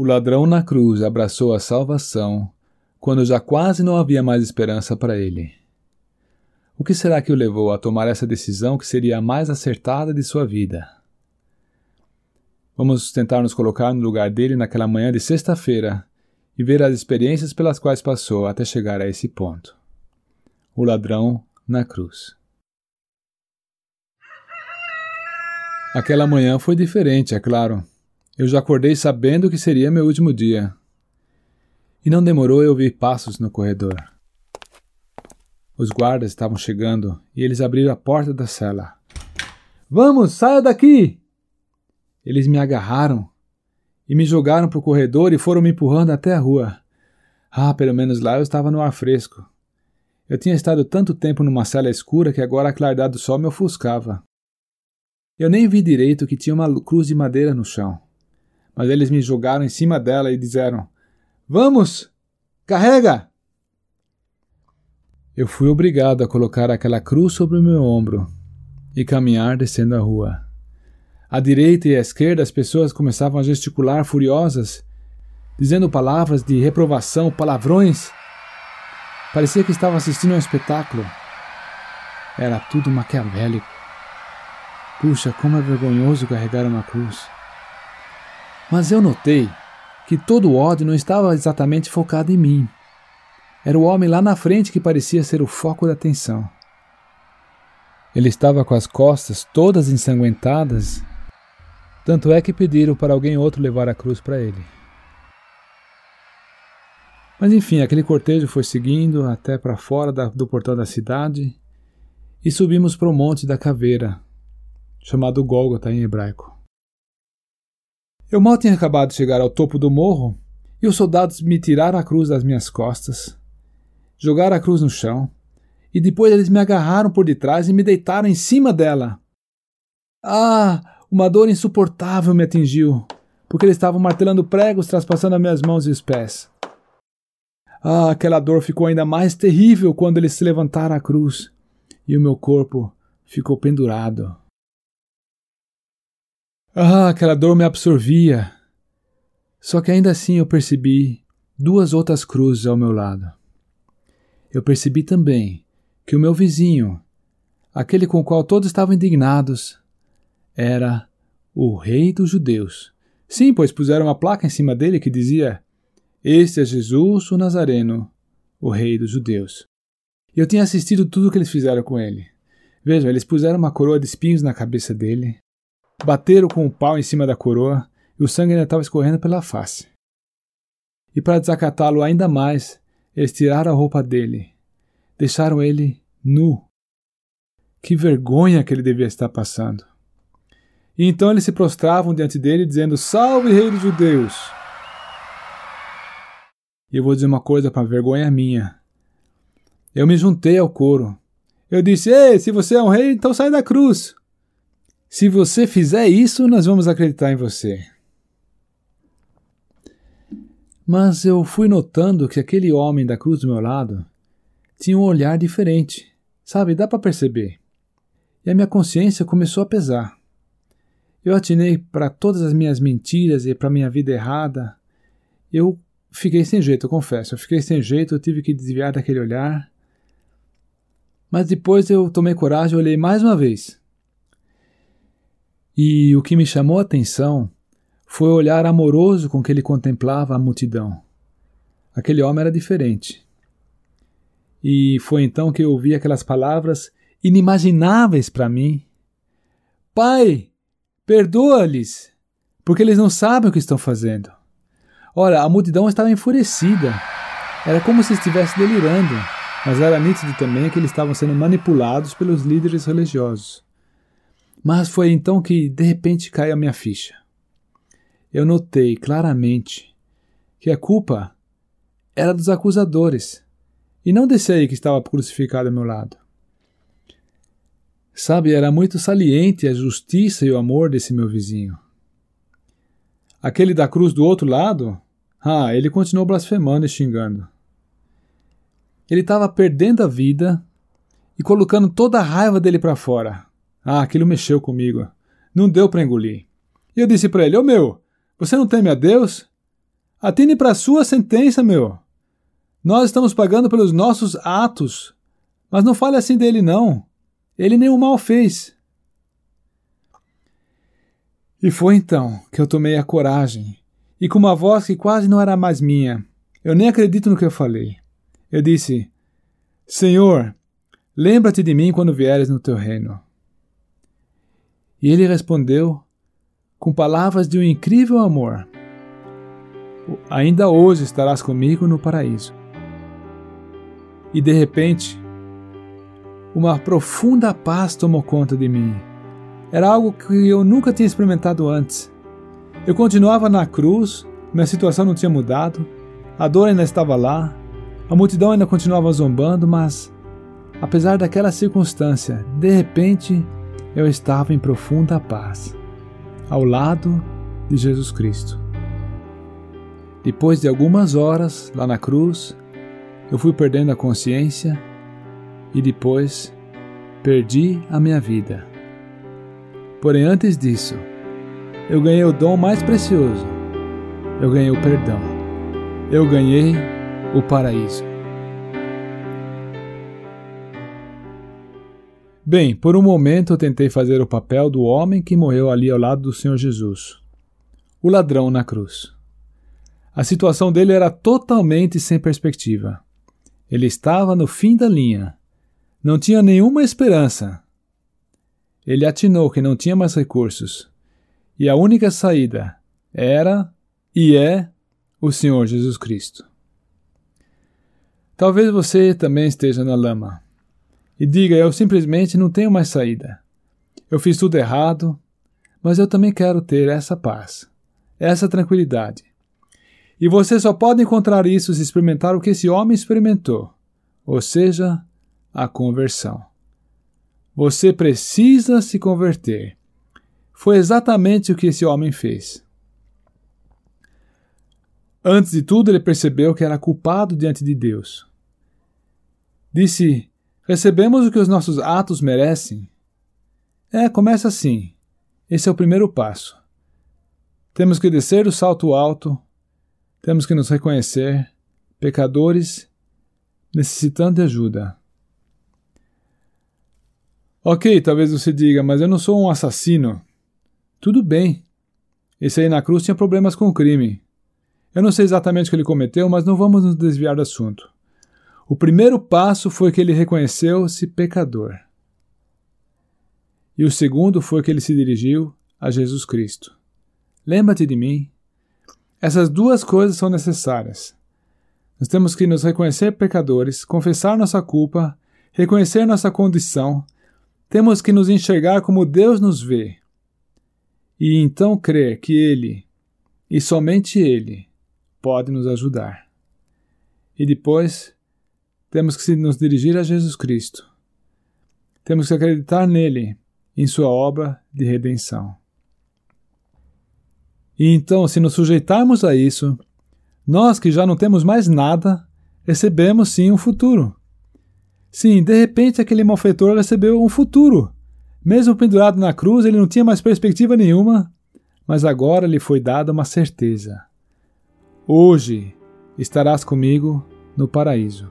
O ladrão na cruz abraçou a salvação quando já quase não havia mais esperança para ele. O que será que o levou a tomar essa decisão que seria a mais acertada de sua vida? Vamos tentar nos colocar no lugar dele naquela manhã de sexta-feira e ver as experiências pelas quais passou até chegar a esse ponto. O ladrão na cruz. Aquela manhã foi diferente, é claro. Eu já acordei sabendo que seria meu último dia. E não demorou eu ouvir passos no corredor. Os guardas estavam chegando e eles abriram a porta da cela. Vamos, saia daqui! Eles me agarraram e me jogaram para o corredor e foram me empurrando até a rua. Pelo menos lá eu estava no ar fresco. Eu tinha estado tanto tempo numa cela escura que agora a claridade do sol me ofuscava. Eu nem vi direito que tinha uma cruz de madeira no chão. Mas eles me jogaram em cima dela e disseram: Vamos! Carrega! Eu fui obrigado a colocar aquela cruz sobre o meu ombro e caminhar descendo a rua. À direita e à esquerda as pessoas começavam a gesticular furiosas, dizendo palavras de reprovação, palavrões. Parecia que estavam assistindo a um espetáculo. Era tudo maquiavélico. Puxa, como é vergonhoso carregar uma cruz. Mas eu notei que todo o ódio não estava exatamente focado em mim. Era o homem lá na frente que parecia ser o foco da atenção. Ele estava com as costas todas ensanguentadas, tanto é que pediram para alguém outro levar a cruz para ele. Mas enfim, aquele cortejo foi seguindo até para fora do portão da cidade e subimos para o Monte da Caveira, chamado Gólgota em hebraico. Eu mal tinha acabado de chegar ao topo do morro e os soldados me tiraram a cruz das minhas costas, jogaram a cruz no chão e depois eles me agarraram por detrás e me deitaram em cima dela. Uma dor insuportável me atingiu, porque eles estavam martelando pregos traspassando as minhas mãos e os pés. Aquela dor ficou ainda mais terrível quando eles se levantaram a cruz e o meu corpo ficou pendurado. Aquela dor me absorvia. Só que ainda assim eu percebi duas outras cruzes ao meu lado. Eu percebi também que o meu vizinho, aquele com o qual todos estavam indignados, era o Rei dos Judeus. Sim, pois puseram uma placa em cima dele que dizia: Este é Jesus o Nazareno, o Rei dos Judeus. E eu tinha assistido tudo o que eles fizeram com ele. Vejam, eles puseram uma coroa de espinhos na cabeça dele, bateram com o pau em cima da coroa e o sangue ainda estava escorrendo pela face. E para desacatá-lo ainda mais, eles tiraram a roupa dele, deixaram ele nu. Que vergonha que ele devia estar passando. E então eles se prostravam diante dele dizendo: Salve, Rei dos Judeus! E eu vou dizer uma coisa para vergonha minha. Eu me juntei ao coro. Eu disse: Ei, se você é um rei, então sai da cruz. Se você fizer isso, nós vamos acreditar em você. Mas eu fui notando que aquele homem da cruz do meu lado tinha um olhar diferente. Sabe, dá para perceber. E a minha consciência começou a pesar. Eu atinei para todas as minhas mentiras e para a minha vida errada. Eu fiquei sem jeito, eu confesso. Eu fiquei sem jeito, eu tive que desviar daquele olhar. Mas depois eu tomei coragem e olhei mais uma vez. E o que me chamou a atenção foi o olhar amoroso com que ele contemplava a multidão. Aquele homem era diferente. E foi então que eu ouvi aquelas palavras inimagináveis para mim. Pai, perdoa-lhes, porque eles não sabem o que estão fazendo. Ora, a multidão estava enfurecida. Era como se estivesse delirando, mas era nítido também que eles estavam sendo manipulados pelos líderes religiosos. Mas foi então que, de repente, caiu a minha ficha. Eu notei claramente que a culpa era dos acusadores, e não desse aí que estava crucificado ao meu lado. Sabe, era muito saliente a justiça e o amor desse meu vizinho. Aquele da cruz do outro lado, ele continuou blasfemando e xingando. Ele estava perdendo a vida e colocando toda a raiva dele para fora. Aquilo mexeu comigo. Não deu para engolir. E eu disse para ele: Ô meu, você não teme a Deus? Atine para a sua sentença, meu. Nós estamos pagando pelos nossos atos. Mas não fale assim dele, não. Ele nenhum mal fez. E foi então que eu tomei a coragem, e com uma voz que quase não era mais minha, eu nem acredito no que eu falei. Eu disse: Senhor, lembra-te de mim quando vieres no teu reino. E ele respondeu com palavras de um incrível amor: ainda hoje estarás comigo no paraíso. E de repente, uma profunda paz tomou conta de mim. Era algo que eu nunca tinha experimentado antes. Eu continuava na cruz, minha situação não tinha mudado, a dor ainda estava lá, a multidão ainda continuava zombando, mas, apesar daquela circunstância, de repente, eu estava em profunda paz, ao lado de Jesus Cristo. Depois de algumas horas lá na cruz, eu fui perdendo a consciência e depois perdi a minha vida. Porém, antes disso, eu ganhei o dom mais precioso. Eu ganhei o perdão. Eu ganhei o paraíso. Bem, por um momento eu tentei fazer o papel do homem que morreu ali ao lado do Senhor Jesus, o ladrão na cruz. A situação dele era totalmente sem perspectiva. Ele estava no fim da linha. Não tinha nenhuma esperança. Ele atinou que não tinha mais recursos, e a única saída era e é o Senhor Jesus Cristo. Talvez você também esteja na lama e diga: eu simplesmente não tenho mais saída. Eu fiz tudo errado, mas eu também quero ter essa paz, essa tranquilidade. E você só pode encontrar isso se experimentar o que esse homem experimentou, ou seja, a conversão. Você precisa se converter. Foi exatamente o que esse homem fez. Antes de tudo, ele percebeu que era culpado diante de Deus. Disse: recebemos o que os nossos atos merecem? Começa assim. Esse é o primeiro passo. Temos que descer do salto alto, temos que nos reconhecer pecadores, necessitando de ajuda. Ok, talvez você diga: mas eu não sou um assassino. Tudo bem. Esse aí na cruz tinha problemas com o crime. Eu não sei exatamente o que ele cometeu, mas não vamos nos desviar do assunto. O primeiro passo foi que ele reconheceu-se pecador. E o segundo foi que ele se dirigiu a Jesus Cristo. Lembra-te de mim. Essas duas coisas são necessárias. Nós temos que nos reconhecer pecadores, confessar nossa culpa, reconhecer nossa condição. Temos que nos enxergar como Deus nos vê. E então crer que Ele, e somente Ele, pode nos ajudar. E depois, temos que nos dirigir a Jesus Cristo. Temos que acreditar nele, em sua obra de redenção. E então, se nos sujeitarmos a isso, nós que já não temos mais nada, recebemos sim um futuro. Sim, de repente aquele malfeitor recebeu um futuro. Mesmo pendurado na cruz, ele não tinha mais perspectiva nenhuma, mas agora lhe foi dada uma certeza. Hoje estarás comigo no paraíso.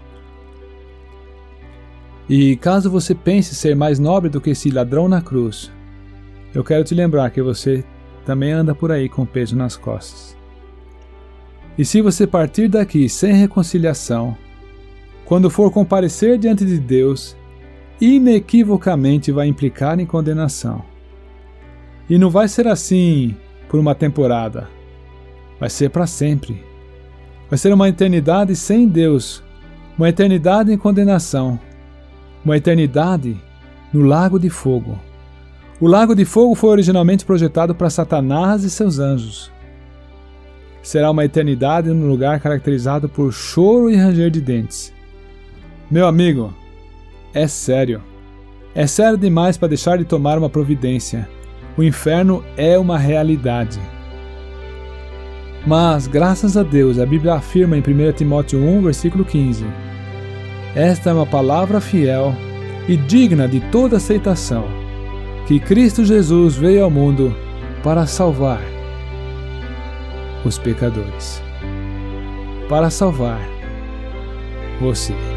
E caso você pense ser mais nobre do que esse ladrão na cruz, eu quero te lembrar que você também anda por aí com peso nas costas. E se você partir daqui sem reconciliação, quando for comparecer diante de Deus, inequivocamente vai implicar em condenação. E não vai ser assim por uma temporada. Vai ser para sempre. Vai ser uma eternidade sem Deus, uma eternidade em condenação, uma eternidade no lago de fogo. O lago de fogo foi originalmente projetado para Satanás e seus anjos. Será uma eternidade num lugar caracterizado por choro e ranger de dentes. Meu amigo, é sério. É sério demais para deixar de tomar uma providência. O inferno é uma realidade. Mas, graças a Deus, a Bíblia afirma em 1 Timóteo 1, versículo 15: esta é uma palavra fiel e digna de toda aceitação, que Cristo Jesus veio ao mundo para salvar os pecadores, para salvar você.